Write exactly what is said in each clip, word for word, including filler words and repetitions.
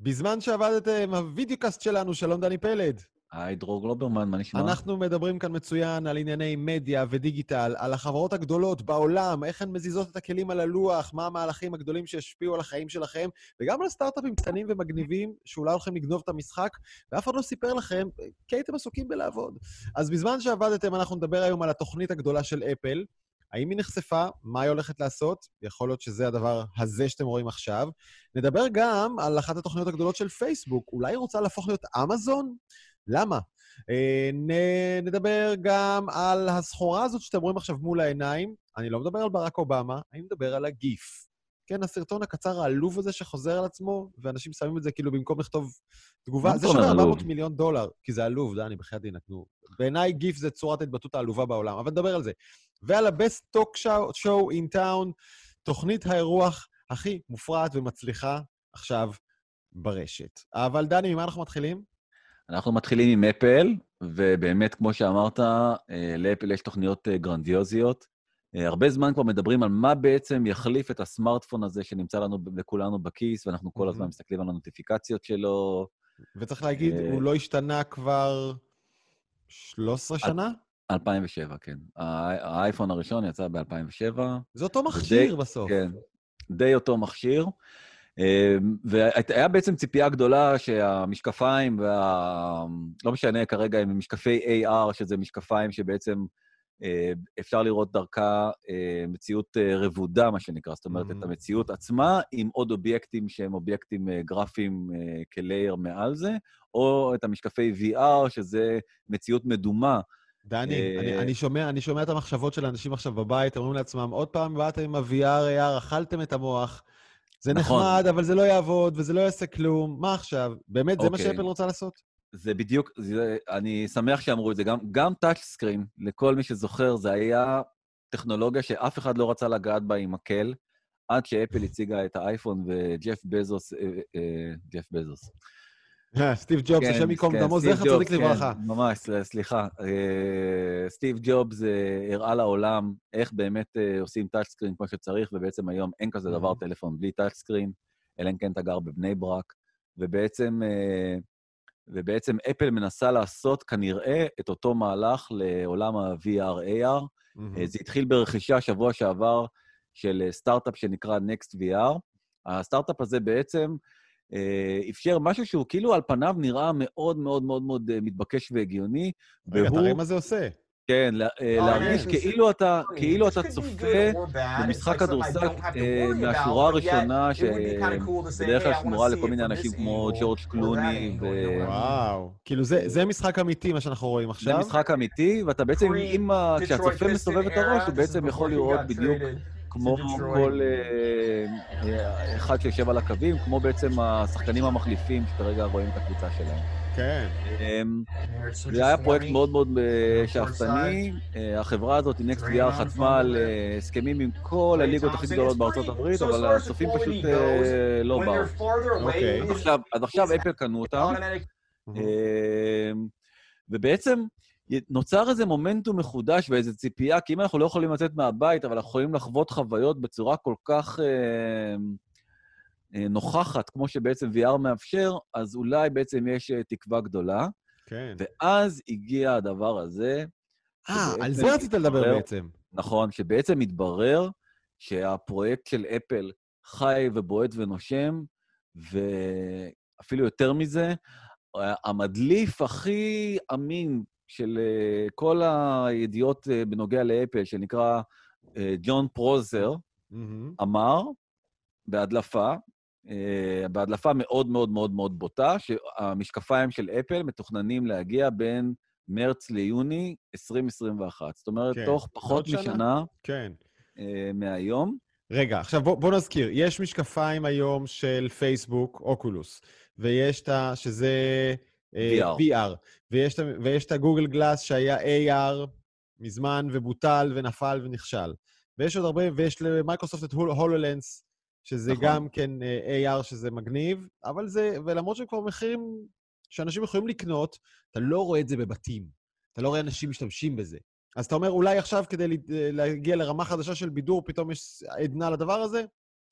בזמן שעבדתם, הווידאו-קאסט שלנו, שלום דני פלד. היי, דרור גלוברמן, מה נשמע? אנחנו מדברים כאן מצוין על ענייני מדיה ודיגיטל, על החברות הגדולות בעולם, איך הן מזיזות את הכלים על הלוח, מה המהלכים הגדולים שהשפיעו על החיים שלכם, וגם על הסטארט-אפים קטנים ומגניבים, שאולי הולכים לגנוב את המשחק, ואף אחד לא סיפר לכם, כי הייתם עסוקים בלעבוד. אז בזמן שעבדתם, אנחנו נדבר היום על התוכנית הגדולה של אפל, האם היא נחשפה? מה היא הולכת לעשות? יכול להיות שזה הדבר הזה שאתם רואים עכשיו. נדבר גם על אחת התוכניות הגדולות של פייסבוק. אולי היא רוצה להפוך להיות אמזון? למה? נ- נדבר גם על הסחורה הזאת שאתם רואים עכשיו מול העיניים. אני לא מדבר על ברק אובמה, אני מדבר על הגיף. כן, הסרטון הקצר העלוב הזה שחוזר על עצמו, ואנשים שמים את זה כאילו במקום לכתוב תגובה. זה שווה ארבע מאות מיליון דולר, כי זה עלוב, דני, בחייאת דין, נתנו. בעיניי גיף זה צורת ההתבטאות העלובה בעולם, אבל נדבר על זה. ועל ה-Best Talk Show in Town, תוכנית האירוח הכי מופרעת ומצליחה עכשיו ברשת. אבל דני, ממה אנחנו מתחילים? אנחנו מתחילים עם אפל, ובאמת, כמו שאמרת, לאפל יש תוכניות גרנדיוזיות. הרבה זמן כבר מדברים על מה בעצם יחליף את הסמארטפון הזה שנמצא לנו לכולנו בכיס, ואנחנו כל הזמן מסתכלים על הנוטיפיקציות שלו. וצריך להגיד, הוא לא השתנה כבר שלוש עשרה שנה? אלפיים ושבע, כן. האייפון הראשון יצא ב-אלפיים ושבע. זה אותו מכשיר בסוף. כן, די אותו מכשיר. והיה בעצם ציפייה גדולה שהמשקפיים, וה... לא משנה כרגע, הם משקפי איי אר, שזה משקפיים שבעצם אפשר לראות דרכה מציאות רבודה, מה שנקרא, זאת אומרת, את המציאות עצמה, עם עוד אובייקטים שהם אובייקטים גרפיים כלייר מעל זה, או את המשקפי וי אר, שזה מציאות מדומה. דני, אני, אני שומע, אני שומע את המחשבות של האנשים עכשיו בבית, אומרים לעצמם, עוד פעם באתם עם ה-וי אר, איי אר, אכלתם את המוח, זה נכון. נחמד, אבל זה לא יעבוד, וזה לא יעשה כלום. מה עכשיו? באמת, זה okay. מה שאפל רוצה לעשות? זה בדיוק, זה, אני שמח שאמרו את זה. גם, גם טאץ' סקרין, לכל מי שזוכר, זה היה טכנולוגיה שאף אחד לא רצה לגעת בה עם מקל, עד שאפל הציגה את האייפון וג'ף בזוס, אה, אה, ג'ף בזוס. סטיב ג'ובס, השם יקום דמו, זכר צדיק לברכה. ממש, סליחה. סטיב ג'ובס הראה לעולם איך באמת עושים טאץ' סקרין כמו שצריך, ובעצם היום אין כזה דבר טלפון בלי טאץ' סקרין, אלא אם כן אתה גר בבני ברק, ובעצם, ובעצם אפל מנסה לעשות כנראה את אותו מהלך לעולם ה-וי אר איי אר. זה התחיל ברכישה שבוע שעבר של סטארט-אפ שנקרא Next וי אר. הסטארט-אפ הזה בעצם אפשר משהו שהוא כאילו על פניו נראה מאוד מאוד מאוד מאוד מתבקש והגיוני. רגע, תראה מה זה עושה. כן, להרגיש כאילו אתה, כאילו אתה צופה במשחק כדורסל מהשורה הראשונה, שבדרך כלל שמורה לכל מיני אנשים כמו ג'ורג' קלוני. וואו, כאילו זה משחק אמיתי, מה שאנחנו רואים עכשיו. זה משחק אמיתי, ואתה בעצם, כשהצופה מסובב את הראש, הוא בעצם יכול לראות בדיוק כמו כל אחד שיושב על הקווים, כמו בעצם השחקנים המחליפים שכרגע רואים את הקבוצה שלהם. כן. זה היה פרויקט מאוד מאוד שאפתני. החברה הזאת, Next וי אר, חתמה על הסכמים עם כל הליגות הכי גדולות בארצות הברית, אבל הצופים פשוט לא באו. אז עכשיו אפל קנו אותם, ובעצם נוצר איזה מומנטום מחודש ואיזו ציפייה, כי אם אנחנו לא יכולים לצאת מהבית, אבל אנחנו יכולים לחוות חוויות בצורה כל כך נוכחת, כמו שבעצם וי אר מאפשר, אז אולי בעצם יש תקווה גדולה. כן. ואז הגיע הדבר הזה. אה, על זה רצית לדבר בעצם. נכון, שבעצם מתברר שהפרויקט של אפל חי ובועט ונושם, ואפילו יותר מזה, המדליף הכי אמין של כל הידיעות בנוגע לאפל, שנקרא ג'ון פרוזר, אמר, בהדלפה, בהדלפה מאוד מאוד מאוד מאוד בוטה, שהמשקפיים של אפל מתוכננים להגיע בין מרץ ליוני עשרים עשרים ואחת. זאת אומרת, כן. תוך פחות משנה כן. מהיום. רגע, עכשיו בוא, בוא נזכיר, יש משקפיים היום של פייסבוק, אוקולוס, ויש את ה... שזה וי אר. וי אר, ויש, ויש את הגוגל גלאס שהיה איי אר מזמן ובוטל ונפל ונכשל. ויש עוד הרבה, ויש למייקרוסופט את הולולנס, שזה נכון. גם כן איי אר שזה מגניב, אבל זה, ולמרות שכבר מחירים שאנשים יכולים לקנות, אתה לא רואה את זה בבתים. אתה לא רואה אנשים משתמשים בזה. אז אתה אומר, אולי עכשיו כדי להגיע לרמה חדשה של בידור, פתאום יש עדנה לדבר הזה?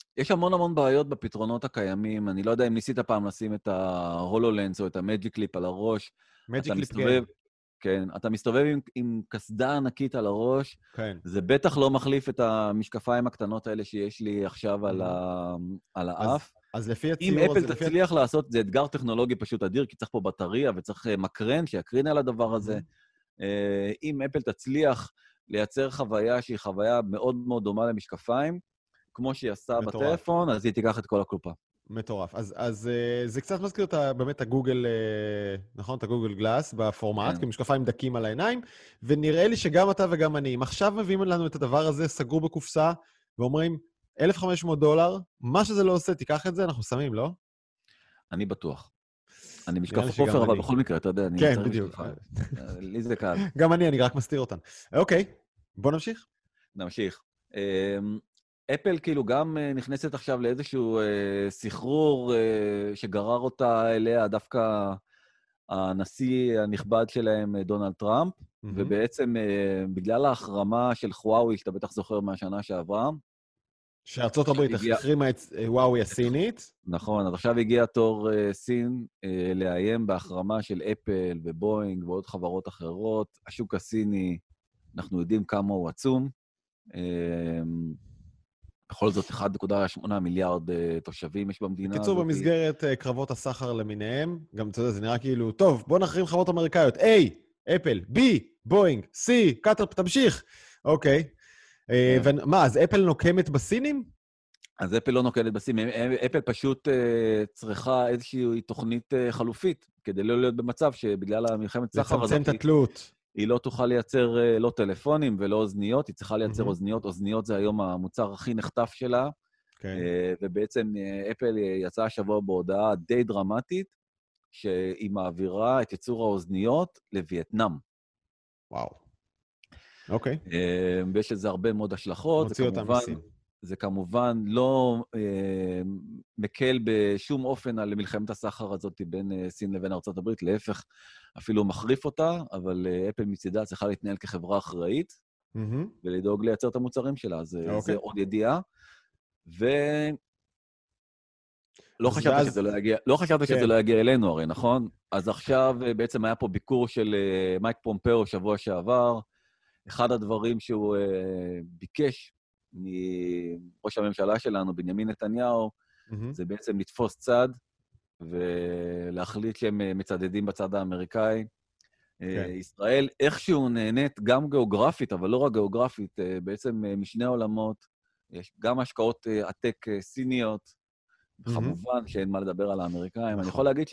יש המון המון בעיות בפתרונות הקיימים. אני לא יודע אם ניסית פעם לשים את ההולולנס או את המג'יק קליפ על הראש. מג'יק אתה קליפ, כן. מסתובב, כן, אתה מסתובב עם, עם קסדה ענקית על הראש. כן. זה בטח לא מחליף את המשקפיים הקטנות האלה שיש לי עכשיו על, ה, על האף. אז לפי אם הציור אפל הזה... לפי... תצליח לעשות, זה אתגר טכנולוגי פשוט אדיר, כי צריך פה בטריה וצריך מקרן שיקרין על הדבר הזה. אם אפל תצליח לייצר חוויה שהיא חוויה מאוד מאוד דומה למשקפיים, כמו שהיא עשה בטלפון, אז היא תיקח את כל הקלופה. מטורף. אז, אז זה קצת מזכיר את, באמת את הגוגל, נכון? את הגוגל גלאס בפורמט, כי משקפיים דקים על העיניים, ונראה לי שגם אתה וגם אני, אם עכשיו מביאים לנו את הדבר הזה, סגרו בקופסה, ואומרים, אלף וחמש מאות דולר, מה שזה לא עושה, תיקח את זה, אנחנו שמים, לא? אני בטוח. אני משקף הכופר, אבל בכל מקרה, אתה יודע, אני כן, בדיוק. לי זה קל. גם אני, אני רק מסתיר אותן. אוקיי, בוא נמשיך. נמשיך. אפל כאילו גם נכנסת עכשיו לאיזשהו סחרור שגרר אותה אליה דווקא הנשיא הנכבד שלהם, דונלד טראמפ, ובעצם בגלל ההחרמה של חוואוי, שאתה בטח זוכר מהשנה שעברה, שארצות הברית החרימה את וואוי הסינית. נכון, אז עכשיו הגיע תור סין לאיים בהחרמה של אפל ובואינג ועוד חברות אחרות. השוק הסיני, אנחנו יודעים כמה הוא עצום. בכל זאת, אחד נקודה שמונה מיליארד תושבים יש במדינה. בקיצור, במסגרת קרבות הסחר למיניהם, גם אתה יודע, זה נראה כאילו, טוב, בוא נחרים חברות אמריקאיות. A, אפל, B, בואינג, C, קטר, תמשיך. אוקיי. ומה, אז אפל נוקמת בסינים? אז אפל לא נוקמת בסינים. אפל פשוט צריכה איזושהי תוכנית חלופית, כדי לא להיות במצב שבגלל המלחמת סחר הזאת... לצמצם את התלות. היא לא תוכל לייצר לא טלפונים ולא אוזניות, היא צריכה לייצר אוזניות. אוזניות זה היום המוצר הכי נחטף שלה, ובעצם אפל יצאה השבוע בהודעה די דרמטית, שהיא מעבירה את ייצור האוזניות לווייטנאם. וואו. אוקיי. ויש לזה הרבה מאוד השלכות. מוציא אותם מסין. זה כמובן לא אה, מקל בשום אופן על מלחמת הסחר הזאת בין אה, סין לבין ארצות הברית, להפך, אפילו מחריף אותה, אבל אה, אפל מצידה צריכה להתנהל כחברה אחראית, mm-hmm. ולדאוג לייצר את המוצרים שלה, אז okay. זה עוד ידיעה. ו... לא חשבת אז... שזה לא יגיע, לא חשבת כן. שזה לא יגיע אלינו הרי, נכון? אז עכשיו בעצם היה פה ביקור של אה, מייק פומפאו שבוע שעבר, אחד הדברים שהוא אה, ביקש, מראש הממשלה שלנו, בנימין נתניהו, mm-hmm. זה בעצם לתפוס צד, ולהחליט שהם מצדדים בצד האמריקאי. Okay. ישראל איכשהו נהנית גם גיאוגרפית, אבל לא רק גיאוגרפית, בעצם משני העולמות, יש גם השקעות עתק סיניות, mm-hmm. כמובן שאין מה לדבר על האמריקאים. נכון. אני יכול להגיד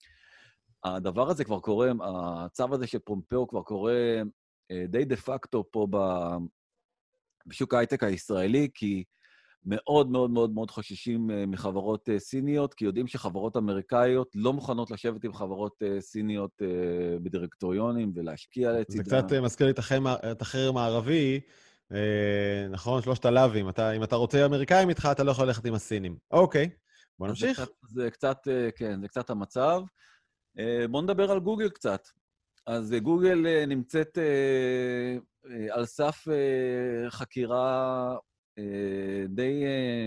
שהדבר הזה כבר קורה, הצו הזה של פומפאו כבר קורה די דה פקטו פה ב... בשוק ההייטק הישראלי, כי מאוד מאוד מאוד מאוד חוששים מחברות סיניות, כי יודעים שחברות אמריקאיות לא מוכנות לשבת עם חברות סיניות בדירקטוריונים ולהשקיע לצידם. זה קצת מזכיר לי את החרם הערבי, נכון? שלושת הלאווים. אם אתה רוצה אמריקאים איתך, אתה לא יכול ללכת עם הסינים. אוקיי, בוא נמשיך. זה קצת, כן, זה קצת המצב. בוא נדבר על גוגל קצת. אז גוגל נמצאת על סף חקירה די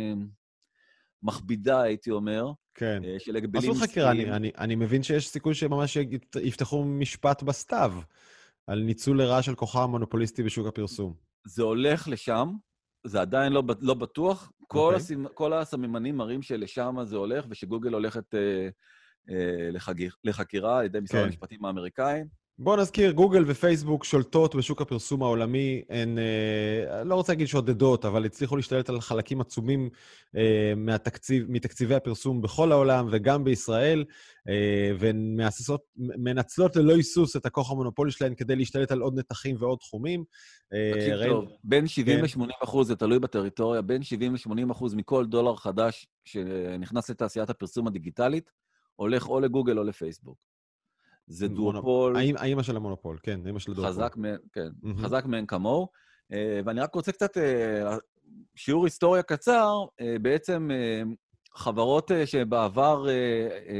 מכבידה, הייתי אומר. כן. של הגבלים... עשו חקירה, אני, אני, אני מבין שיש סיכוי שממש יפתחו משפט בסתיו, על ניצול לרעה של כוחה המונופוליסטי בשוק הפרסום. זה הולך לשם, זה עדיין לא, לא בטוח. כל, okay. הסימ... כל הסממנים מראים שלשם זה הולך, ושגוגל הולכת אה, אה, לחגיר, לחקירה על ידי משרד okay. המשפטים האמריקאים. בואו נזכיר, גוגל ופייסבוק שולטות בשוק הפרסום העולמי, הן, אה, לא רוצה להגיד שודדות, אבל הצליחו להשתלט על חלקים עצומים אה, מהתקציב, מתקציבי הפרסום בכל העולם וגם בישראל, אה, והן מאססות, מנצלות ללא היסוס את הכוח המונופולי שלהן כדי להשתלט על עוד נתחים ועוד תחומים. תקשיב אה, טוב, בין שבעים ל-שמונים אחוז, זה תלוי בטריטוריה, בין שבעים ל-שמונים אחוז מכל דולר חדש שנכנס לתעשיית הפרסום הדיגיטלית, הולך או לגוגל או לפייסבוק. זה דואופול... האמא של המונופול, כן, האמא של הדואופול. חזק מהן, כן, חזק מהן כמוהו. ואני רק רוצה קצת, שיעור היסטוריה קצר, בעצם חברות שבעבר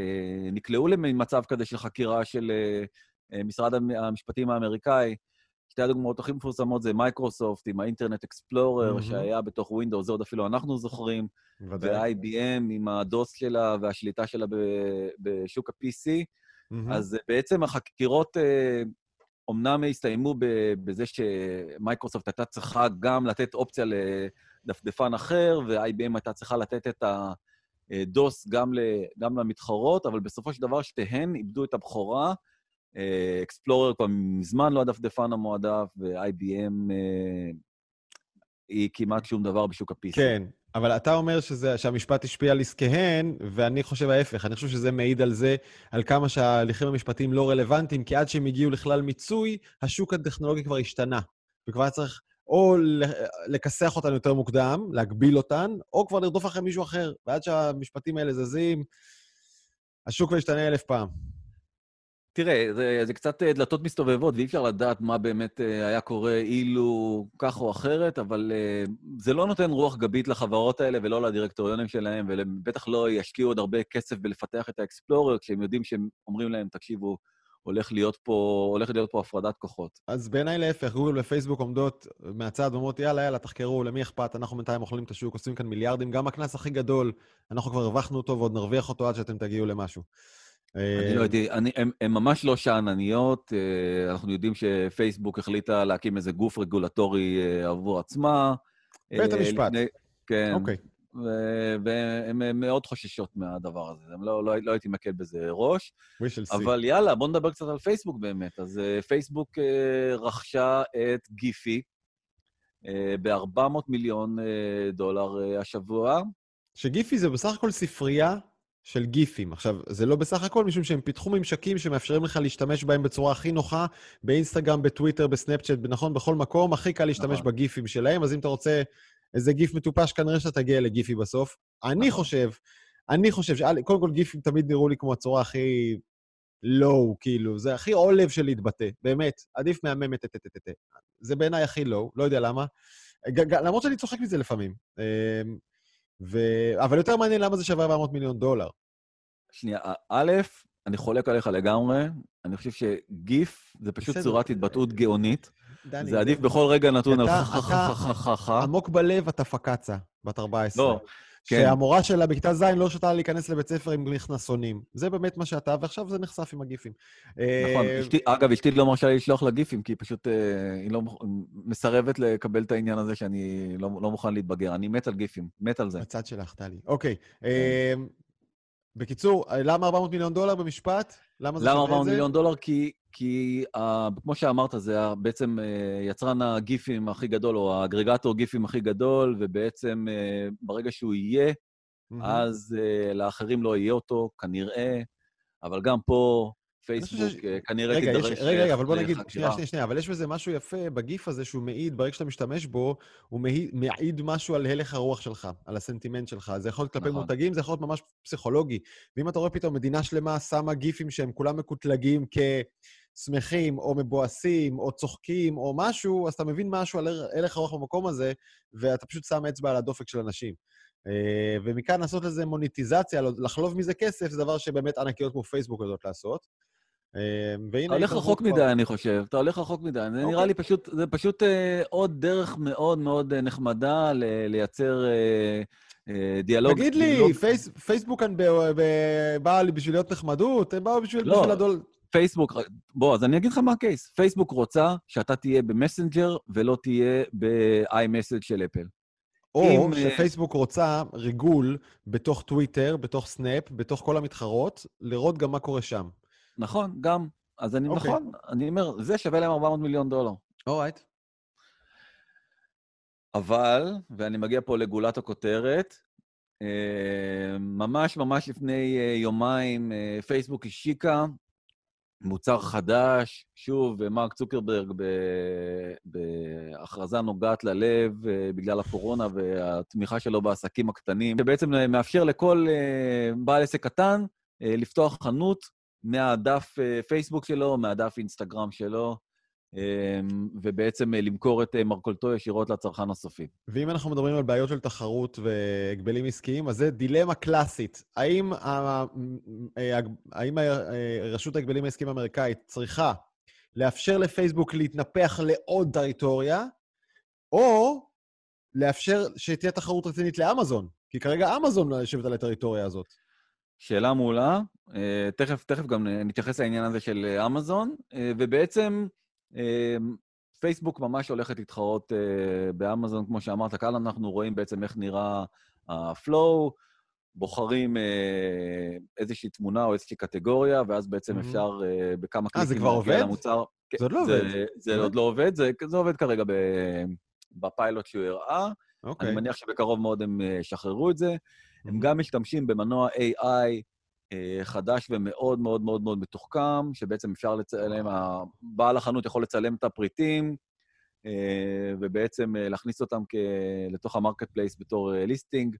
נקלעו למצב כזה של חקירה של משרד המשפטים האמריקאי, שתי הדוגמאות הכי מפורסמות זה מייקרוסופט עם האינטרנט אקספלורר, מהמם. שהיה בתוך ווינדוס, זה עוד אפילו אנחנו זוכרים, ודאי. ו-איי בי אם עם הדוס שלה והשליטה שלה ב- בשוק ה-פי סי. מהמם. אז בעצם החקירות אה, אומנם הסתיימו ב- בזה שמייקרוסופט הייתה צריכה גם לתת אופציה לדפדפן אחר, ו-איי בי אם הייתה צריכה לתת את הדוס גם, ל- גם למתחרות, אבל בסופו של דבר שתיהן איבדו את הבכורה. אקספלורר כבר מזמן לא הדפדפן המועדף, ו-איי בי אם אה, היא כמעט שום דבר בשוק ה-פי סי. כן, אבל אתה אומר שזה, שהמשפט השפיע על עסקיהן, ואני חושב ההפך. אני חושב שזה מעיד על זה, על כמה שההליכים המשפטיים לא רלוונטיים, כי עד שהם הגיעו לכלל מיצוי, השוק הטכנולוגי כבר השתנה. וכבר צריך או לכסח אותן יותר מוקדם, להגביל אותן, או כבר לרדוף אחרי מישהו אחר. ועד שהמשפטים האלה זזים, השוק כבר השתנה אלף פעם. תראה, זה, זה קצת דלתות מסתובבות, ואי אפשר לדעת מה באמת היה קורה אילו כך או אחרת, אבל זה לא נותן רוח גבית לחברות האלה ולא לדירקטוריונים שלהם, ובטח לא ישקיעו עוד הרבה כסף בלפתח את האקספלורר, כשהם יודעים שהם אומרים להם, תקשיבו, הולך להיות פה, הולך להיות פה הפרדת כוחות. אז בעיניי להפך, גוגל ופייסבוק עומדות מהצד ואומרות, יאללה, יאללה, תחקרו, למי אכפת, אנחנו בינתיים אוכלים את השוק, עושים כאן מיליארדים, גם הקנס הכי גדול, אנחנו כבר הרווחנו אותו ועוד נרוויח אותו עד שאתם תגיעו למשהו. אני לא יודעת, הן ממש לא שאנניות, אנחנו יודעים שפייסבוק החליטה להקים איזה גוף רגולטורי עבור עצמה. בית המשפט. כן. אוקיי. והן מאוד חוששות מהדבר הזה, לא, לא, לא הייתי מקל בזה ראש. We shall see. אבל יאללה, בוא נדבר קצת על פייסבוק באמת. אז פייסבוק רכשה את גיפי ב-ארבע מאות מיליון דולר השבוע. שגיפי זה בסך הכל ספרייה של גיפים. עכשיו, זה לא בסך הכל, משום שהם פיתחו ממשקים שמאפשרים לך להשתמש בהם בצורה הכי נוחה, באינסטגרם, בטוויטר, בסנאפצ'אט, נכון, בכל מקום, הכי קל להשתמש נכון. בגיפים שלהם, אז אם אתה רוצה איזה גיף מטופש, כנראה שאתה תגיע לגיפי בסוף. אני נכון. חושב, אני חושב, שקודם כל גיפים תמיד נראו לי כמו הצורה הכי לואו, כאילו, זה הכי עולב של להתבטא, באמת, עדיף מהממת, תתתתת. זה בעיניי הכי לואו, לא יודע למה. ג- ג- למרות שאני צוחק מזה לפעמים. אמ, ו... אבל יותר מעניין למה זה שווה ארבע מאות מיליון דולר. שנייה, א', אני חולק עליך לגמרי, אני חושב שגיף זה פשוט בסדר. צורת התבטאות גאונית. דני, זה עדיף בכל רגע נתון על אתה- חכככככה. עמוק בלב אתה פקצה, בת ארבע עשרה. לא, כן. שהמורה שלה בכיתה ז' לא שתה להיכנס לבית ספר עם מכנסונים. זה באמת מה שאתה, ועכשיו זה נחשף עם הגיפים. נכון, אה, אשתי, אגב, אשתי לא מרשה לי לשלוח לה גיפים, כי היא פשוט, אה, היא לא מוכ- מסרבת לקבל את העניין הזה שאני לא, לא מוכן להתבגר. אני מת על גיפים, מת על זה. בצד שלך, טלי. אוקיי. אה, בקיצור, למה ארבע מאות מיליון דולר במשפט? למה זה למה שווה ארבע את מאות זה? מיליון דולר? כי, כי uh, כמו שאמרת, זה ה- בעצם uh, יצרן הגיפים הכי גדול, או האגרגטור גיפים הכי גדול, ובעצם uh, ברגע שהוא יהיה, מהמם. אז uh, לאחרים לא יהיה אותו, כנראה, אבל גם פה אני חושב פייסבוק ש- uh, כנראה רגע, יש- תידרש רגע, רגע, אבל בוא לחקירה. נגיד, שנייה, שנייה, שנייה, אבל יש בזה משהו יפה בגיף הזה שהוא מעיד, ברגע שאתה משתמש בו, הוא מעיד, מעיד משהו על הלך הרוח שלך, על הסנטימנט שלך. זה יכול להיות כלפי נכון. מותגים, זה יכול להיות ממש פסיכולוגי. ואם אתה רואה פתאום מדינה שלמה שמה גיפים שהם כולם מקוטלגים כשמחים, או מבואסים, או צוחקים, או משהו, אז אתה מבין משהו על הלך הרוח במקום הזה, ואתה פשוט שם אצבע על הדופק של אנשים. אה, ומכאן לעשות לזה מוניטיזציה, לחלוב מזה כסף, זה דבר שבאמת ענקיות כמו פייסבוק יודעות לעשות. והנה... אתה הולך רחוק מדי, אני חושב. אתה הולך רחוק מדי. זה נראה לי פשוט, זה פשוט אה, עוד דרך מאוד מאוד אה, נחמדה ל- לייצר אה, אה, דיאלוג. תגיד לי, דיאלוג- פייס- פייסבוק כאן ב- ב- באה לי בשביל להיות נחמדות? הם באו בשביל לא. בשביל הדול... פייסבוק, בוא, אז אני אגיד לך מה הקייס. פייסבוק רוצה שאתה תהיה במסנג'ר ולא תהיה ב-iMessage של אפל. או אם, שפייסבוק רוצה ריגול בתוך טוויטר, בתוך סנאפ, בתוך כל המתחרות, לראות גם מה קורה שם. נכון, גם. אז אני, אוקיי. נכון, אני אומר, זה שווה להם ארבע מאות מיליון דולר. אורייט. אבל, ואני מגיע פה לגולת הכותרת, אה, ממש ממש לפני אה, יומיים, אה, פייסבוק השיקה מוצר חדש, שוב, מרק צוקרברג ב- בהכרזה נוגעת ללב אה, בגלל הקורונה והתמיכה שלו בעסקים הקטנים, שבעצם מאפשר לכל אה, בעל עסק קטן אה, לפתוח חנות מהדף אה, פייסבוק שלו, מהדף אינסטגרם שלו, אה, ובעצם אה, למכור את אה, מרכולתו ישירות לצרכן הסופי. ואם אנחנו מדברים על בעיות של תחרות והגבלים עסקיים, אז זה דילמה קלאסית. האם, ה- האם ה- רשות ההגבלים העסקיים האמריקאית צריכה לאפשר לפייסבוק להתנפח לעוד טריטוריה, או לאפשר שתהיה תחרות רצינית לאמזון, כי כרגע אמזון לא יושבת על הטריטוריה הזאת. שאלה מעולה, תכף, תכף גם נתייחס לעניין הזה של אמזון, ובעצם פייסבוק ממש הולכת להתחרות באמזון, כמו שאמרת, כאן אנחנו רואים בעצם איך נראה הפלואו, בוחרים איזושהי תמונה או איזושהי קטגוריה, ואז בעצם אפשר בכמה קליקים להגיע למוצר. זה עוד לא עובד. זה עוד לא עובד, זה עובד כרגע בפיילוט שהוא הראה. אני מניח שבקרוב מאוד הם שחררו את זה. הם גם משתמשים במנוע איי איי חדש ומאוד מאוד מאוד מאוד מתוחכם, שבעצם אפשר לצלם, בעל החנות יכול לצלם את הפריטים, ובעצם להכניס אותם לתוך המרקט פלייס בתור ליסטינג.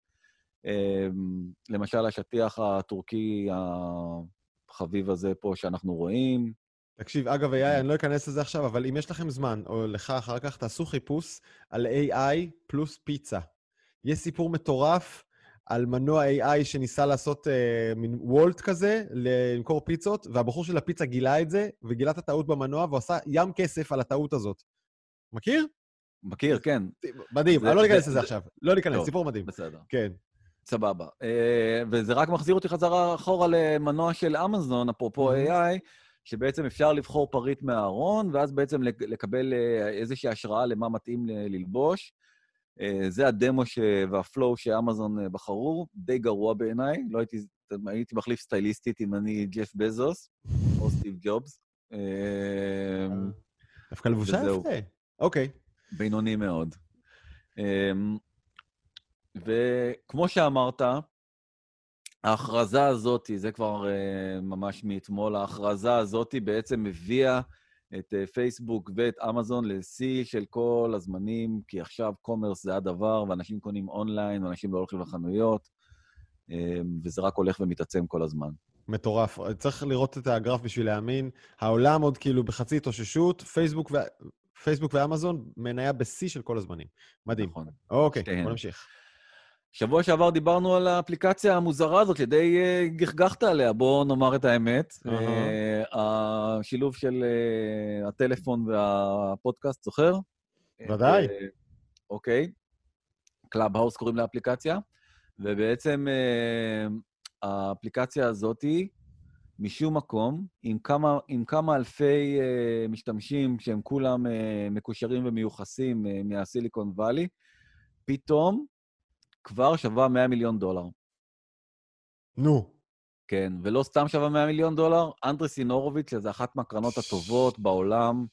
למשל, השטיח הטורקי החביב הזה פה שאנחנו רואים. תקשיב, אגב, איי איי, אני לא אכנס לזה עכשיו, אבל אם יש לכם זמן, או לך אחר כך, תעשו חיפוש על איי איי פלוס פיצה. יש סיפור מטורף על מנוע איי איי שניסה לעשות אה, מין וולט כזה, למכור פיצות, והבחור של הפיצה גילה את זה, וגילה את הטעות במנוע, והוא עשה ים כסף על הטעות הזאת. מכיר? מכיר, כן. מדהים, אני לא ניכנס לזה עכשיו. לא ניכנס, סיפור מדהים. בסדר. כן. סבבה. וזה רק מחזיר אותי חזרה אחורה למנוע של אמזון, אפרופו איי איי, שבעצם אפשר לבחור פריט מהארון, ואז בעצם לקבל איזושהי השראה למה מתאים ללבוש. זה הדמו והפלואו שאמזון בחרו, די גרוע בעיניי, לא הייתי, הייתי מחליף סטייליסטית אם אני ג'ף בזוס, או סטיב ג'ובס. דווקא לבושה יפה. אוקיי. בינוני מאוד. וכמו שאמרת, ההכרזה הזאת, זה כבר ממש מאתמול, ההכרזה הזאת בעצם הביאה את פייסבוק ואת אמזון לשיא של כל הזמנים, כי עכשיו קומרס זה הדבר, ואנשים קונים אונליין, ואנשים לא הולכים לחנויות, וזה רק הולך ומתעצם כל הזמן. מטורף. צריך לראות את הגרף בשביל להאמין. העולם עוד כאילו בחצי התאוששות, פייסבוק, ו... פייסבוק ואמזון מניה בשיא של כל הזמנים. מדהים. נכון. אוקיי, בוא נמשיך. שבוע שעבר דיברנו על האפליקציה המוזרה הזאת, שדי uh, גחגחת עליה, בואו נאמר את האמת. Uh-huh. Uh, השילוב של uh, הטלפון והפודקאסט, זוכר? ודאי. אוקיי. קלאב האוס קוראים לאפליקציה, ובעצם uh, האפליקציה הזאת, משום מקום, עם כמה, עם כמה אלפי uh, משתמשים שהם כולם uh, מקושרים ומיוחסים uh, מהסיליקון ואלי, פתאום, כבר שווה מאה מיליון דולר. נו. כן, ולא סתם שווה מאה מיליון דולר, אנדרסין הורוביץ, שזה אחת מהקרנות הטובות בעולם.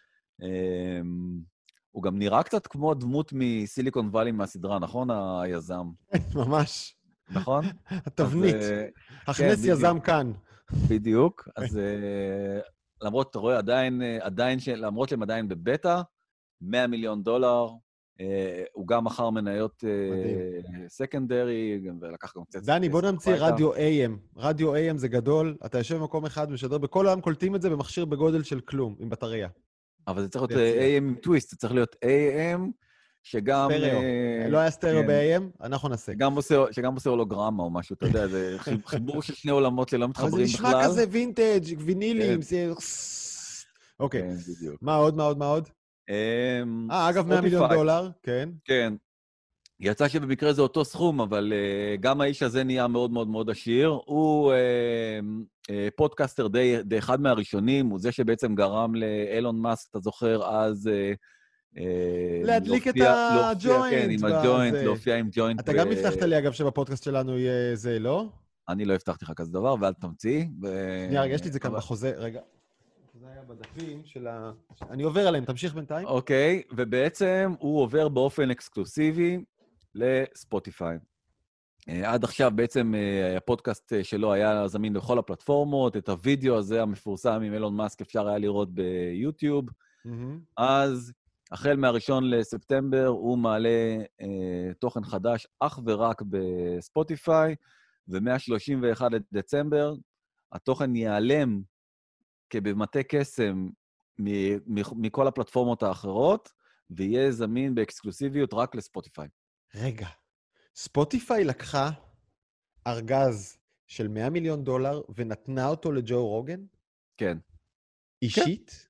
הוא גם נראה קצת כמו דמות מסיליקון ואלי מהסדרה, נכון? היזם. ממש. נכון? התבנית. הכנס יזם כאן. בדיוק. אז למרות, אתה רואה, עדיין, עדיין, למרות שהם עדיין בבטא, מאה מיליון דולר, הוא גם מכר מניות סקנדרי, ולקח גם קצת... דני, בוא נמציא רדיו איי אם. רדיו איי אם זה גדול, אתה יושב במקום אחד, משדר, בכל העולם קולטים את זה במכשיר בגודל של כלום, עם בטריה. אבל זה צריך להיות איי אם עם טוויסט, זה צריך להיות איי אם, שגם... סטריאו. לא היה סטריאו ב-איי אם, אנחנו נעשה. שגם עושה הולוגרמה או משהו, אתה יודע, זה חיבור של שני עולמות שלא מתחברים בכלל. אבל זה נשמע כזה וינטג', וינילים, זה... אוקיי. מה עוד, מה עוד, מה עוד? אה, אגב, מאה מיליון דולר, כן. כן. יצא שבמקרה זה אותו סכום, אבל uh, גם האיש הזה נהיה מאוד מאוד מאוד עשיר. הוא uh, uh, פודקאסטר די, די אחד מהראשונים, הוא זה שבעצם גרם לאילון מאסק, אתה זוכר, אז... Uh, uh, להדליק להופיע, את הג'וינט. כן, עם הג'וינט, להופיע עם ג'וינט. אתה ב... גם הבטחת לי, אגב, שבפודקאסט שלנו יהיה זה, לא? אני לא הבטחתי לך כזה דבר, ואל תמציא. ו... שנייה, רגע, יש לי את זה כאן בחוזה, רגע. זה היה בדפים של ה... אני עובר עליהם, תמשיך בינתיים. אוקיי, ובעצם הוא עובר באופן אקסקלוסיבי לספוטיפיי. עד עכשיו בעצם הפודקאסט שלו היה זמין בכל הפלטפורמות, את הוידאו הזה המפורסם עם אילון מאסק אפשר היה לראות ביוטיוב. אז החל מהראשון לספטמבר הוא מעלה תוכן חדש אך ורק בספוטיפיי, ו-מה-שלושים ואחד לדצמבר התוכן ייעלם כבמטה קסם מכל הפלטפורמות האחרות, ויהיה זמין באקסקלוסיביות רק לספוטיפיי. רגע, ספוטיפיי לקחה ארגז של מאה מיליון דולר ונתנה אותו לג'ו רוגן? כן. אישית?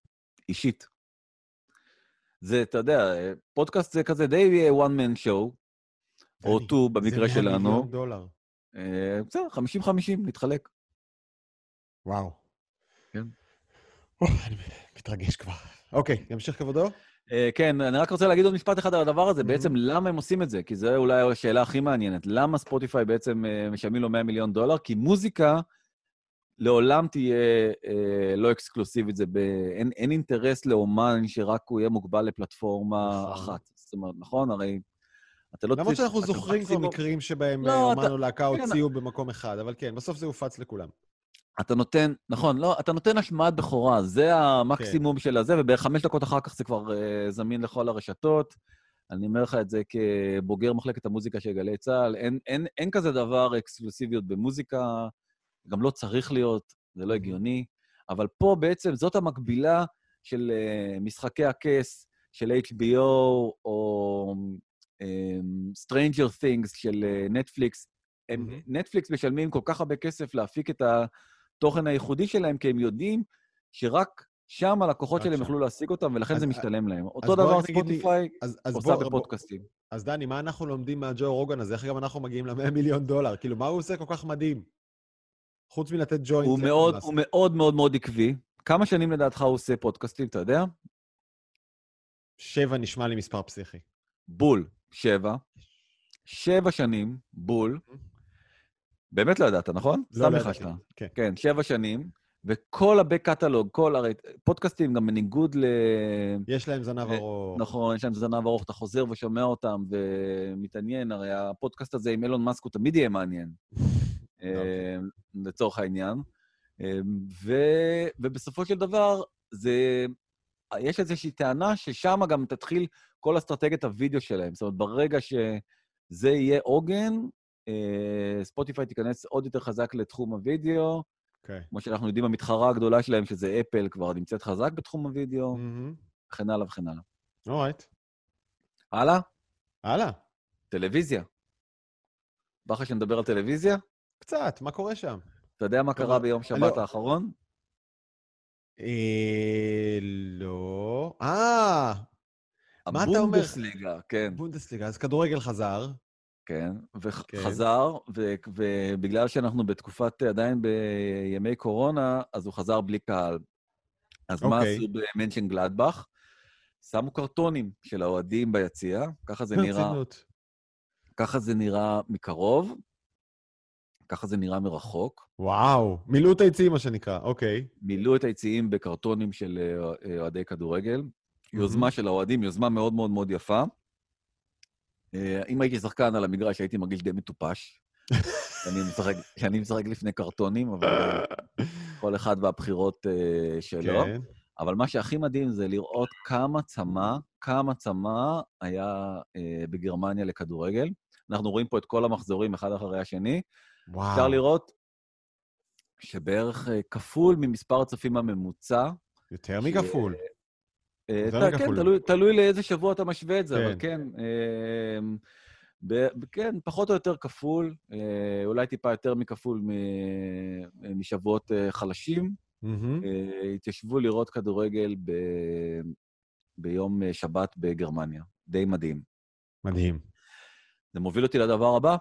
אישית. זה, אתה יודע, פודקאסט זה כזה די one man show, או two במקרה שלנו. זה מאה מיליון דולר. בסדר, חמישים חמישים, נתחלק. וואו. כן. אני מתרגש כבר. אוקיי, ימשיך כבודו? כן, אני רק רוצה להגיד עוד משפט אחד על הדבר הזה, בעצם למה הם עושים את זה? כי זו אולי השאלה הכי מעניינת. למה ספוטיפיי בעצם משלמים לו מאה מיליון דולר? כי מוזיקה לעולם תהיה לא אקסקלוסיבית, אין אינטרס לאומן שרק הוא יהיה מוגבל לפלטפורמה אחת. זאת אומרת, נכון? הרי... למרות שאנחנו זוכרים כבר מקרים שבהם אומן או להקה הוציאו במקום אחד, אבל כן, בסוף זה הופץ לכולם. אתה נותן, נכון, לא, אתה נותן השמעת בכורה, זה המקסימום של הזה, ובחמש דקות אחר כך זה כבר זמין לכל הרשתות. אני אומר לך את זה כבוגר מחלקת המוזיקה של גלי צהל, אין, אין, אין כזה דבר אקסקלוסיביות במוזיקה, גם לא צריך להיות, זה לא הגיוני, אבל פה בעצם זאת המקבילה של משחקי הכס, של אייץ' בי או, או Stranger Things של נטפליקס. נטפליקס משלמים כל כך הרבה כסף להפיק את התוכן הייחודי שלהם, כי הם יודעים שרק שם הלקוחות שלהם יוכלו להשיג אותם, ולכן זה משתלם להם. אותו דבר ספוטיפיי עושה בפודקאסטים. אז דני, מה אנחנו לומדים מהג'ו רוגן הזה? איך גם אנחנו מגיעים ל-מאה מיליון דולר? כאילו, מה הוא עושה כל כך מדהים? חוץ מלתת ג'וינט. הוא מאוד מאוד מאוד עקבי. כמה שנים לדעתך הוא עושה פודקאסטים, אתה יודע? שבע נשמע לי מספר פסיכי. בול, שבע. שבע שנים, בול. באמת לא ידעת, נכון? סתם ניחשת. כן, שבע שנים, וכל הבק-קטלוג, כל הרי, פודקאסטים גם בניגוד ל... יש להם זנב ארוך. נכון, יש להם זנב ארוך, אתה חוזר ושומע אותם ומתעניין, הרי הפודקאסט הזה עם אילון מאסק הוא תמיד יהיה מעניין, לצורך העניין. ובסופו של דבר, יש איזושהי טענה ששם גם תתחיל כל אסטרטגיית הוידאו שלהם. זאת אומרת, ברגע שזה יהיה עוגן, ספוטיפיי תיכנס עוד יותר חזק לתחום הוידאו, כמו שאנחנו יודעים, המתחרה הגדולה שלהם, שזה אפל, כבר נמצאת חזק בתחום הוידאו, וכן הלאה וכן הלאה. אורייט. הלאה? הלאה. טלוויזיה. בא לך שנדבר על טלוויזיה? קצת, מה קורה שם? אתה יודע מה קרה ביום שבת האחרון? אה, לא. אה, מה אתה אומר? הבונדסליגה, כן. בונדסליגה, אז כדורגל חזר. כן, וחזר, ובגלל שאנחנו בתקופת עדיין בימי קורונה, אז הוא חזר בלי קהל. אז מה עשו במנשן גלדבך? שמו קרטונים של האוהדים ביציע, ככה זה נראה, ככה זה נראה מקרוב, ככה זה נראה מרחוק. וואו, מילאו את היציעים, מה שנקרא, אוקיי. מילאו את היציעים בקרטונים של אוהדי כדורגל. יוזמה של האוהדים, יוזמה מאוד מאוד מאוד יפה. אם הייתי שחקן על המגרש, הייתי מרגיש די מטופש. שאני משחק לפני קרטונים, אבל כל אחד והבחירות שלו. אבל מה שהכי מדהים זה לראות כמה צמא, כמה צמא היה בגרמניה לכדורגל. אנחנו רואים פה את כל המחזורים אחד אחרי השני. אפשר לראות שבערך כפול ממספר הצופים הממוצע. יותר מכפול. כן, תלוי לאיזה שבוע אתה משווה את זה, אבל כן, כן, פחות או יותר כפול, אולי טיפה יותר מכפול משבועות חלשים, התיישבו לראות כדורגל ביום שבת בגרמניה. די מדהים. מדהים. זה מוביל אותי לדבר הבא.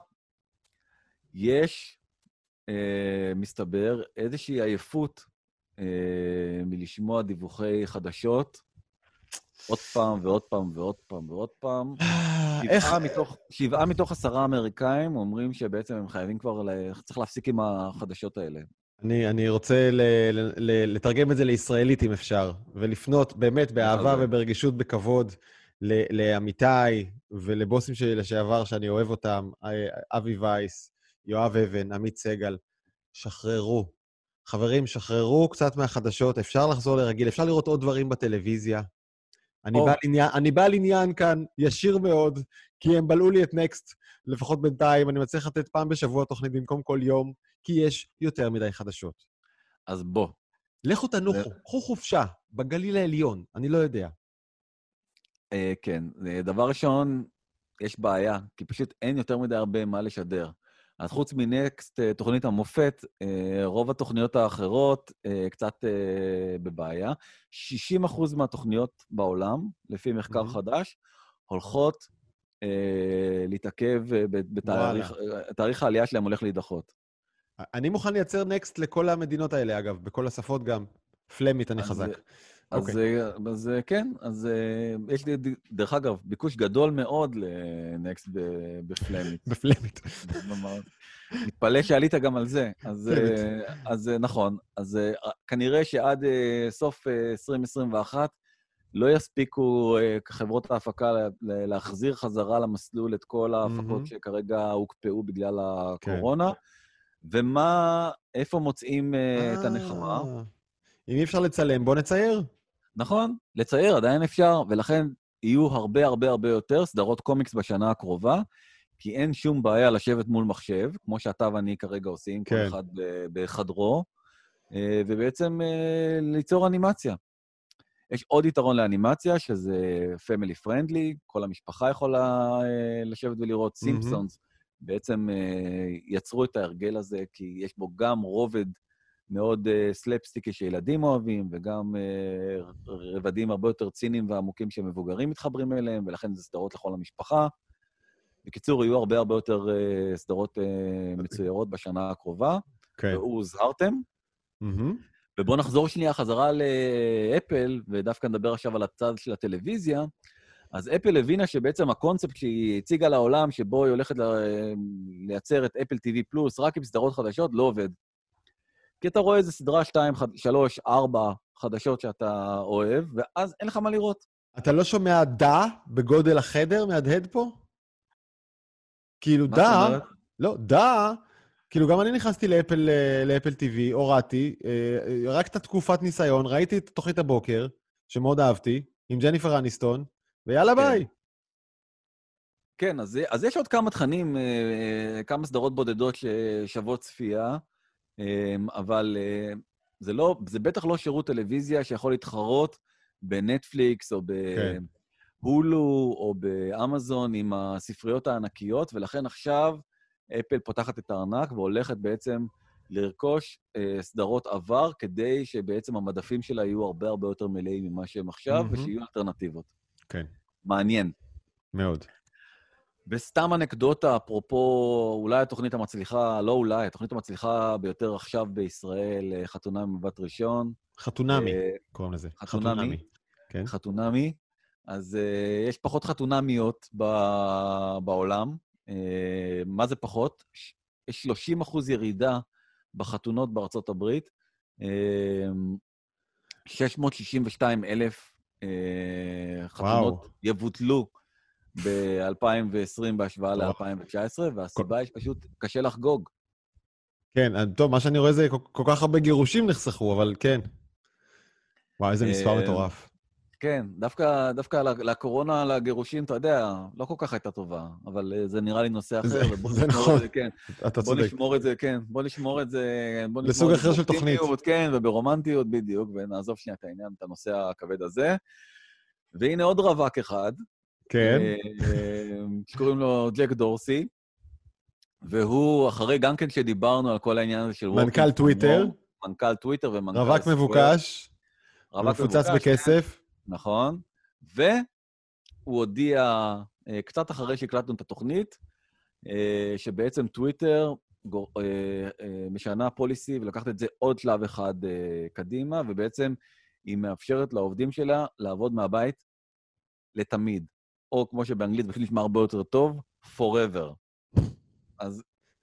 יש, מסתבר, איזושהי עייפות מלשמוע דיווחי חדשות, עוד פעם ועוד פעם ועוד פעם ועוד פעם. שבעה מתוך, שבעה מתוך עשרה אמריקאים אומרים שבעצם הם חייבים כבר, צריך להפסיק עם החדשות האלה. אני, אני רוצה ל, ל, לתרגם את זה לישראלית, אם אפשר, ולפנות באמת באהבה וברגישות בכבוד לעמיתי ולבוסים שלי לשעבר, שאני אוהב אותם, אבי וייס, יואב אבן, עמית סגל, שחררו. חברים, שחררו קצת מהחדשות, אפשר לחזור לרגיל, אפשר לראות עוד דברים בטלוויזיה. אני בא, לעניין, אני בא לעניין כאן ישיר מאוד, כי הם בלעו לי את נקסט, לפחות בינתיים, אני מצליח לתת פעם בשבוע תוכנית במקום כל יום, כי יש יותר מדי חדשות. אז בוא. לכו תנוחו, קחו חופשה, בגליל העליון, אני לא יודע. אה, כן, דבר ראשון, יש בעיה, כי פשוט אין יותר מדי הרבה מה לשדר. אז חוץ מנקסט, תוכנית המופת, רוב התוכניות האחרות קצת בבעיה. שישים אחוז מהתוכניות בעולם, לפי מחקר Mhm. חדש, הולכות להתעכב בתאריך, וואלה. תאריך העלייה שלהם הולך להידחות. אני מוכן לייצר נקסט לכל המדינות האלה, אגב, בכל השפות גם. פלמית אני אז- חזק. אז, אוקיי. אז כן, אז יש לי, דרך אגב, ביקוש גדול מאוד לנקסט ב- בפלמית. בפלמית. ממש. מתפלא שעלית גם על זה. אז, פלמית. אה, אז אה, נכון, אז אה, כנראה שעד אה, סוף אה, עשרים עשרים ואחת לא יספיקו אה, חברות ההפקה לה- לה- להחזיר חזרה למסלול את כל ההפקות מהמם. שכרגע הוקפאו בגלל כן. הקורונה. ומה, איפה מוצאים אה, את הנחמה? אה, אם אי אפשר לצלם, בוא נצייר. נכון, לצייר עדיין אפשר, ולכן יהיו הרבה הרבה הרבה יותר סדרות קומיקס בשנה הקרובה, כי אין שום בעיה לשבת מול מחשב, כמו שאתה ואני כרגע עושים, כל כן. אחד ב- בחדרו, אה, ובעצם אה, ליצור אנימציה. יש עוד יתרון לאנימציה, שזה family friendly, כל המשפחה יכולה אה, לשבת ולראות. מהמם. סימפסונס בעצם אה, יצרו את ההרגל הזה, כי יש בו גם רובד מאוד uh, סלפסטיקי שילדים אוהבים, וגם uh, רבדים הרבה יותר ציניים ועמוקים שמבוגרים מתחברים אליהם, ולכן זה סדרות לכל המשפחה. בקיצור, יהיו הרבה הרבה יותר uh, סדרות uh, מצוירות בשנה הקרובה, כן. והוא הוזהרתם. מהמם. ובואו נחזור שנייה חזרה לאפל, ודווקא נדבר עכשיו על הצד של הטלוויזיה. אז אפל הבינה שבעצם הקונספט שהיא הציגה לעולם, שבו היא הולכת לייצר את אפל טי וי פלוס רק עם סדרות חדשות, לא עובד. כי אתה רואה איזה סדרה שתיים, שלוש, ארבע חדשות שאתה אוהב, ואז אין לך מה לראות. אתה לא שומע דה בגודל החדר מהדהד פה? כאילו מה זאת דה, אומרת? לא, דה, כאילו גם אני נכנסתי לאפל, אה, לאפל טי וי, הורדתי, אה, אה, רק את התקופת ניסיון, ראיתי את תוכנית הבוקר, שמאוד אהבתי, עם ג'ניפר אניסטון, ויאללה כן. ביי. כן, אז, אז יש עוד כמה תכנים, אה, כמה סדרות בודדות ששוות צפייה, אה, אבל אה, זה, לא, זה בטח לא שירות טלוויזיה שיכול להתחרות בנטפליקס או כן. בהולו או באמזון עם הספריות הענקיות, ולכן עכשיו אפל פותחת את הארנק והולכת בעצם לרכוש אה, סדרות עבר, כדי שבעצם המדפים שלה יהיו הרבה הרבה יותר מלאים ממה שהם עכשיו, מהמם. ושיהיו אלטרנטיבות. כן, מעניין. מאוד. וסתם אנקדוטה, אפרופו, אולי התוכנית המצליחה, לא אולי, התוכנית המצליחה ביותר עכשיו בישראל, אה, חתונה ממבט ראשון. חתונמי, אה, קוראים לזה. חתונמי. כן. חתונמי. אז uh, יש פחות חתונמיות ב- בעולם. Uh, מה זה פחות? ש- יש שלושים אחוז ירידה בחתונות בארצות הברית. Uh, שש מאות שישים ושתיים אלף uh, חתונות וואו. יבוטלו ב-אלפיים ועשרים בהשוואה מטורף. ל-אלפיים תשע עשרה, והסיבה היא שפשוט קשה לחגוג. כן, טוב, מה שאני רואה זה כל, כל כך הרבה גירושים נחסכו, אבל כן. וואו, איזה מספר אה, מטורף. כן, דווקא, דווקא לקורונה, לגירושים, אתה יודע, לא כל כך הייתה טובה, אבל אה, זה נראה לי נושא אחר, זה, ובוא זה נשמור נכון, את זה, כן. אתה בוא צודק. נשמור את זה, כן. בוא נשמור את זה, בוא נשמור לסוג את זה אחר של תוכנית. באופטימיות, כן, וברומנטיות בדיוק, ונעזוב שנייה את העניין, את הנושא הכבד הזה. והנה עוד רווק אחד, כן. אה, אה, שקוראים לו ג'ק דורסי, והוא, אחרי גם כן שדיברנו על כל העניין הזה של... מנכ"ל Working from טוויטר. home, מנכ"ל טוויטר ומנכ"ל רווק סקוואר. מבוקש, רווק מפוצץ מבוקש, בכסף. נכון. והוא הודיע, אה, קצת אחרי שהקלטנו את התוכנית, אה, שבעצם טוויטר גור- אה, אה, משנה פוליסי ולקחת את זה עוד שלב אחד אה, קדימה, ובעצם היא מאפשרת לעובדים שלה לעבוד מהבית לתמיד. או כמו שבאנגלית פשוט נשמע הרבה יותר טוב, forever. אז...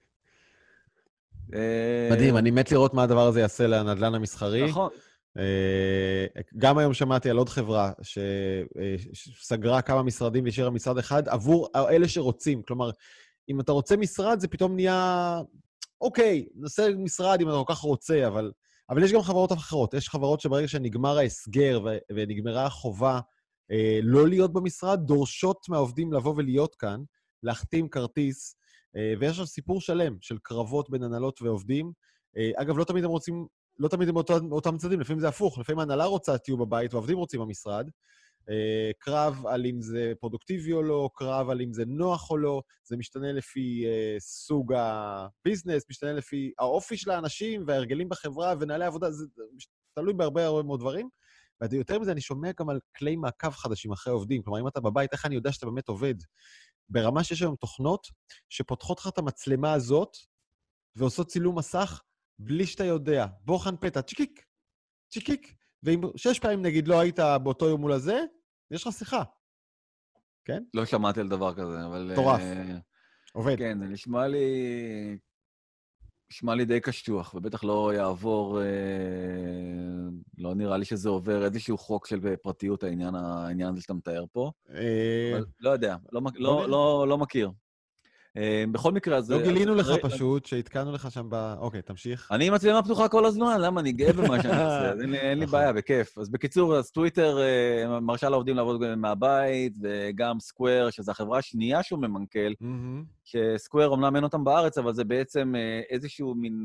אה, מדהים, אני מת לראות מה הדבר הזה יעשה לנדל"ן המסחרי. נכון. אה, גם היום שמעתי על עוד חברה שסגרה כמה משרדים והשאירה משרד אחד עבור אלה שרוצים. כלומר, אם אתה רוצה משרד, זה פתאום נהיה... אוקיי, נעשה משרד אם אתה כל כך רוצה, אבל, אבל יש גם חברות אחרות. יש חברות שברגע שנגמר ההסגר ו- ונגמרה החובה אה, לא להיות במשרד, דורשות מהעובדים לבוא ולהיות כאן, להחתים כרטיס, אה, ויש שם סיפור שלם של קרבות בין הנהלות ועובדים. אה, אגב, לא תמיד הם רוצים, לא תמיד הם אותם, אותם צדדים, לפעמים זה הפוך, לפעמים ההנהלה רוצה תהיו בבית והעובדים רוצים במשרד, אה, קרב על אם זה פרודוקטיבי או לא, קרב על אם זה נוח או לא, זה משתנה לפי אה, סוג הביזנס, משתנה לפי האופי של האנשים וההרגלים בחברה ונהלי עבודה, זה תלוי בהרבה הרבה מאוד דברים. ויותר מזה, אני שומע גם על כלי מעקב חדשים אחרי עובדים. כלומר, אם אתה בבית, איך אני יודע שאתה באמת עובד? ברמה שיש היום תוכנות שפותחות לך את המצלמה הזאת ועושות צילום מסך בלי שאתה יודע. בוחן פתע, צ'יקיק, צ'יקיק. ואם שש פעמים, נגיד, לא היית באותו יום מול הזה, יש לך שיחה. כן? לא שמעתי על דבר כזה, אבל... טורף. אה, עובד. כן, זה נשמע לי... נשמע לי די קשוח, ובטח לא יעבור... אה, לא נראה לי שזה עובר איזשהו חוק של פרטיות, העניין, העניין הזה שאתה מתאר פה. אה, אבל לא יודע, לא, מכ- בוא לא, נראה. לא, לא מכיר. אה, בכל מקרה, אז... לא אז גילינו לך אחרי- פשוט, שהתקענו לך שם ב... אוקיי, תמשיך. אני עם מצלמה פתוחה כל הזמן, למה? אני גאה במה שאני עושה, אז אין לי, אין לי נכון. בעיה, בכיף. אז בקיצור, אז טוויטר אה, מרשה לעובדים לעבוד מהבית, וגם סקוואר, שזו החברה השנייה שהוא ממנכ"ל, מהמם, שסקוואר אומנם אין אותם בארץ, אבל זה בעצם אה, איזשהו מין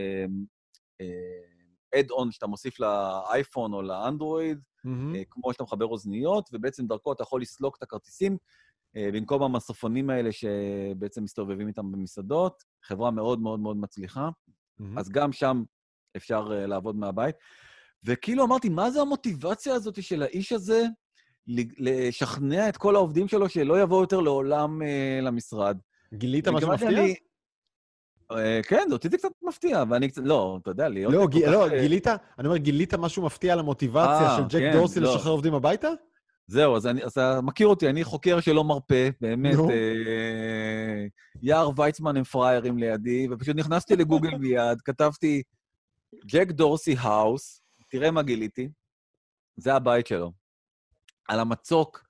אד-און שאתה מוסיף לאייפון או לאנדרואיד, מהמם. אה, כמו שאתה מחבר אוזניות, ובעצם דרכו אתה יכול לסלוק את הכרטיסים, אה, במקום המסופונים האלה שבעצם מסתובבים איתם במסעדות. חברה מאוד מאוד מאוד מצליחה. מהמם. אז גם שם אפשר uh, לעבוד מהבית. וכאילו אמרתי, מה זה המוטיבציה הזאת של האיש הזה לשכנע את כל העובדים שלו שלא יבואו יותר לעולם uh, למשרד? גילית משהו מכיוון מפתיע? שאני- uh, כן, אותי זה קצת מפתיע, ואני קצת... לא, אתה יודע, להיות... לא, כל ג- כך, לא, uh, גילית, אני אומר, גילית משהו מפתיע על המוטיבציה אה, של ג'ק כן, דורסי לא. לשחרר עובדים הביתה? זהו, אז אני- אז אתה מכיר אותי, אני חוקר שלא מרפא, באמת, נו. אה, יער ויצמן הם פריירים לידי, ופשוט נכנסתי לגוגל מיד, כתבתי, ג'ק דורסי האוס, תראה מה גיליתי, זה הבית שלו. על המצוק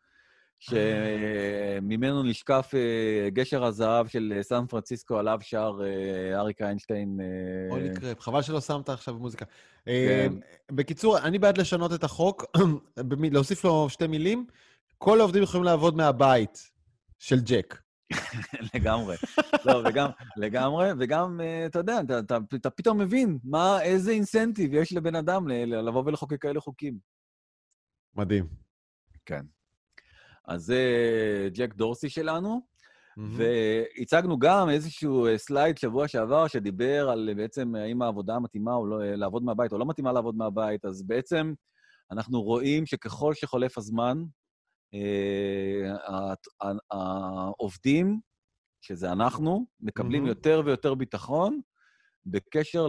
שממנו נשקף אה, גשר הזהב של אה, סן פרנסיסקו, עליו שר אה, אריק איינשטיין. אה, הולי קרפ, חבל שלא שמת עכשיו מוזיקה. כן. אה, בקיצור, אני בעד לשנות את החוק, במי- להוסיף לו שתי מילים, כל העובדים יכולים לעבוד מהבית של ג'ק. לגמרי. לא, וגם, לגמרי, וגם, אה, אתה יודע, אתה, אתה, אתה פתאום מבין מה, איזה אינסנטיב יש לבן אדם ל- ל- לבוא ולחוקק כאלה חוקים. מדהים. כן. אז זה ג'ק דורסי שלנו, מהמם. והצגנו גם איזשהו סלייד שבוע שעבר שדיבר על בעצם האם העבודה מתאימה או לא, לעבוד מהבית או לא מתאימה לעבוד מהבית, אז בעצם אנחנו רואים שככל שחולף הזמן, אה, ה- ה- העובדים, שזה אנחנו, מקבלים מהמם. יותר ויותר ביטחון בקשר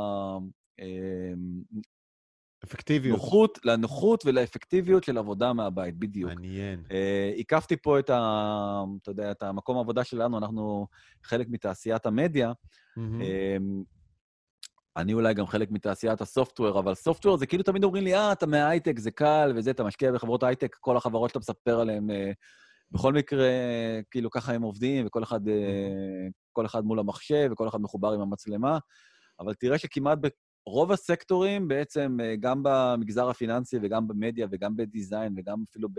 אפקטיביות. לנוחות, לנוחות ולאפקטיביות של עבודה מהבית, בדיוק. מעניין. אה, הקפתי פה את ה... אתה יודע, את המקום העבודה שלנו, אנחנו חלק מתעשיית המדיה. מהמם. אה, אני אולי גם חלק מתעשיית הסופטוור, אבל סופטוור זה כאילו תמיד אומרים לי, אה, אתה מההייטק, זה קל, וזה, אתה משקיע בחברות הייטק, כל החברות שאתה מספר עליהן, אה, בכל מקרה, כאילו ככה הם עובדים, וכל אחד, אה, כל אחד מול המחשב, וכל אחד מחובר עם המצלמה, אבל תראה שכמעט ברוב הסקטורים, בעצם אה, גם במגזר הפיננסי, וגם במדיה, וגם בדיזיין, וגם אפילו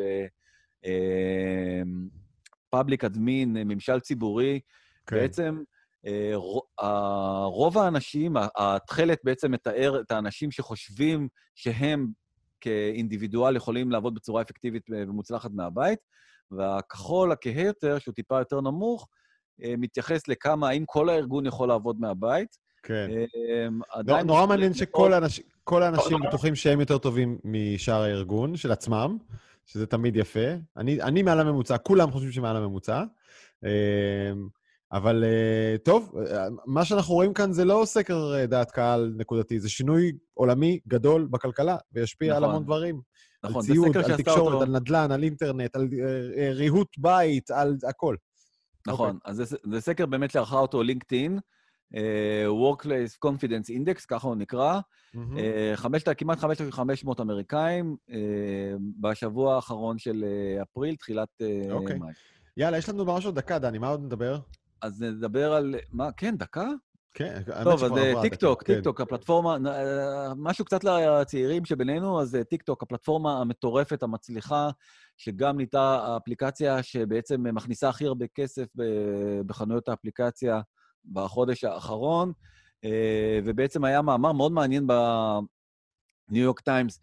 בפאבליק אדמין, ממשל ציבורי, כן. בעצם אה, רו- ה- רוב האנשים, ה- התכלת בעצם מתאר את האנשים שחושבים שהם כאינדיבידואל יכולים לעבוד בצורה אפקטיבית ומוצלחת מהבית, והכחול הכהה יותר, שהוא טיפה יותר נמוך, אה, מתייחס לכמה, האם כל הארגון יכול לעבוד מהבית. כן. אה, נו- עדיין נורא בחלק מעניין מאוד- שכל האנש- כל האנשים בטוחים שהם יותר טובים משאר הארגון, של עצמם, שזה תמיד יפה. אני אני מעל הממוצע, כולם חושבים שמעל הממוצע. אה, אבל אה, טוב, אה, מה שאנחנו רואים כאן זה לא סקר אה, דעת קהל נקודתי, זה שינוי עולמי גדול בכלכלה, וישפיע על נכון. המון דברים. נכון, על זה ציוד, סקר על שעשה תקשורת, אותו- על נדל"ן, על אינטרנט, על אה, אה, ריהוט בית, על הכל. נכון, אז זה, זה סקר באמת שערכה אותו לינקדאין, אה, Workplace Confidence Index, ככה הוא נקרא, מהמם. אה, חמשת- כמעט חמשת אלפים וחמש מאות אמריקאים, אה, בשבוע האחרון של אה, אפריל, תחילת אה, אוקיי. מאי. יאללה, יש לנו ממש עוד דקה, דני, מה עוד נדבר? אז נדבר על... מה? כן, דקה? כן, האמת טוב, אז שכבר אה, עברה טיק דקה, טוק, כן. טיק טוק, הפלטפורמה, אה, משהו קצת לצעירים שבינינו, אז אה, טיק טוק, הפלטפורמה המטורפת, המצליחה, שגם נהייתה האפליקציה שבעצם מכניסה הכי הרבה כסף ב- בחנויות האפליקציה בחודש האחרון, אה, ובעצם היה מאמר מאוד מעניין בניו יורק טיימס,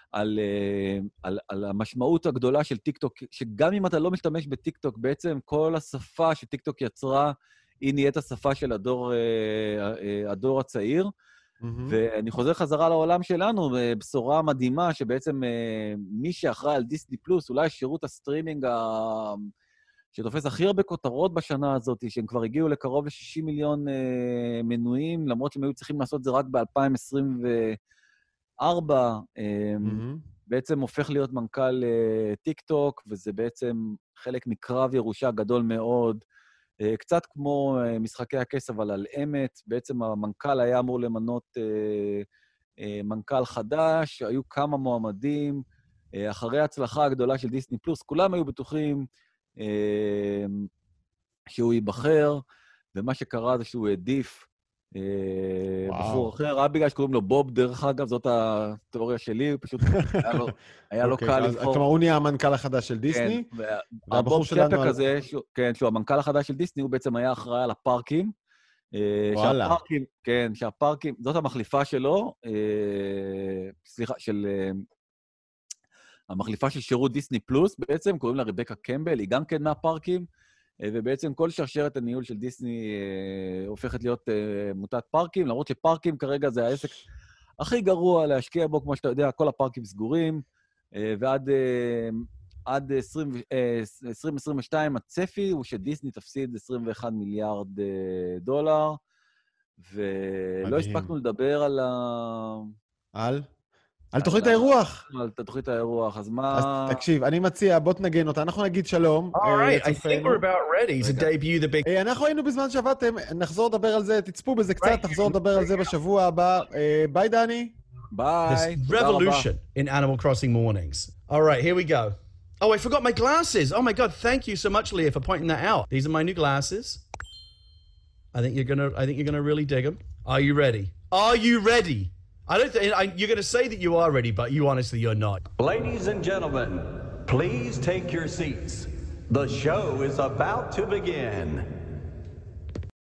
על, על, על המשמעות הגדולה של טיקטוק, שגם אם אתה לא משתמש בטיקטוק, בעצם כל השפה שטיקטוק יצרה, היא נהיית השפה של הדור, הדור הצעיר. Mm-hmm. ואני חוזר חזרה לעולם שלנו, בשורה מדהימה, שבעצם מי שאחראי על דיסני פלוס, אולי שירות הסטרימינג ה... שתופס הכי הרבה כותרות בשנה הזאת, שהם כבר הגיעו לקרוב ל-שישים מיליון מנויים, למרות שהם היו צריכים לעשות זה רק ב-אלפיים עשרים וארבע, mm-hmm. בעצם הופך להיות מנכ"ל טיק טוק, וזה בעצם חלק מקרב ירושה גדול מאוד, קצת כמו משחקי הכס, אבל על אמת. בעצם המנכ"ל היה אמור למנות מנכ"ל חדש, היו כמה מועמדים, אחרי ההצלחה הגדולה של דיסני פלוס, כולם היו בטוחים שהוא ייבחר, ומה שקרה זה שהוא העדיף בחור אחר, רק בגלל שקוראים לו בוב, דרך אגב, זאת התיאוריה שלי, פשוט היה לו קל לבחור. כלומר, הוא נהיה המנכ"ל החדש של דיסני, והבחור שלנו... כן, שהוא המנכ"ל החדש של דיסני, הוא בעצם היה אחראי על הפארקים. וואלה. כן, שהפארקים, זאת המחליפה שלו, סליחה, של... המחליפה של שירות דיסני פלוס, בעצם קוראים לה רבקה קמבל, היא גם כן מהפארקים, ובעצם כל שרשרת הניהול של דיסני אה, הופכת להיות אה, מוטת פארקים, למרות שפארקים כרגע זה העסק הכי גרוע להשקיע בו, כמו שאתה יודע, כל הפארקים סגורים, אה, ועד אה, עד עשרים עשרים ושתיים הצפי הוא שדיסני תפסיד עשרים ואחד מיליארד אה, דולר, ולא הספקנו לדבר על ה... על? על תוכנית האירוח. על תוכנית האירוח, אז מה... אז תקשיב, אני מציע, בוא תנגן אותה, אנחנו נגיד שלום. All right, I think we're about ready to debut the big... אנחנו היינו בזמן שעבדתם, נחזור לדבר על זה, תצפו בזה קצת, תחזור לדבר על זה בשבוע הבא. ביי, דני. ביי. This revolution in Animal Crossing mornings. All right, here we go. Oh, I forgot my glasses. Oh my God, thank you so much, Leah, for pointing that out. These are my new glasses. I think you're gonna, I think you're gonna really dig them. Are you ready? Are you ready? I don't think, I, you're going to say that you are ready, but you honestly, you're not. Ladies and gentlemen, please take your seats. The show is about to begin.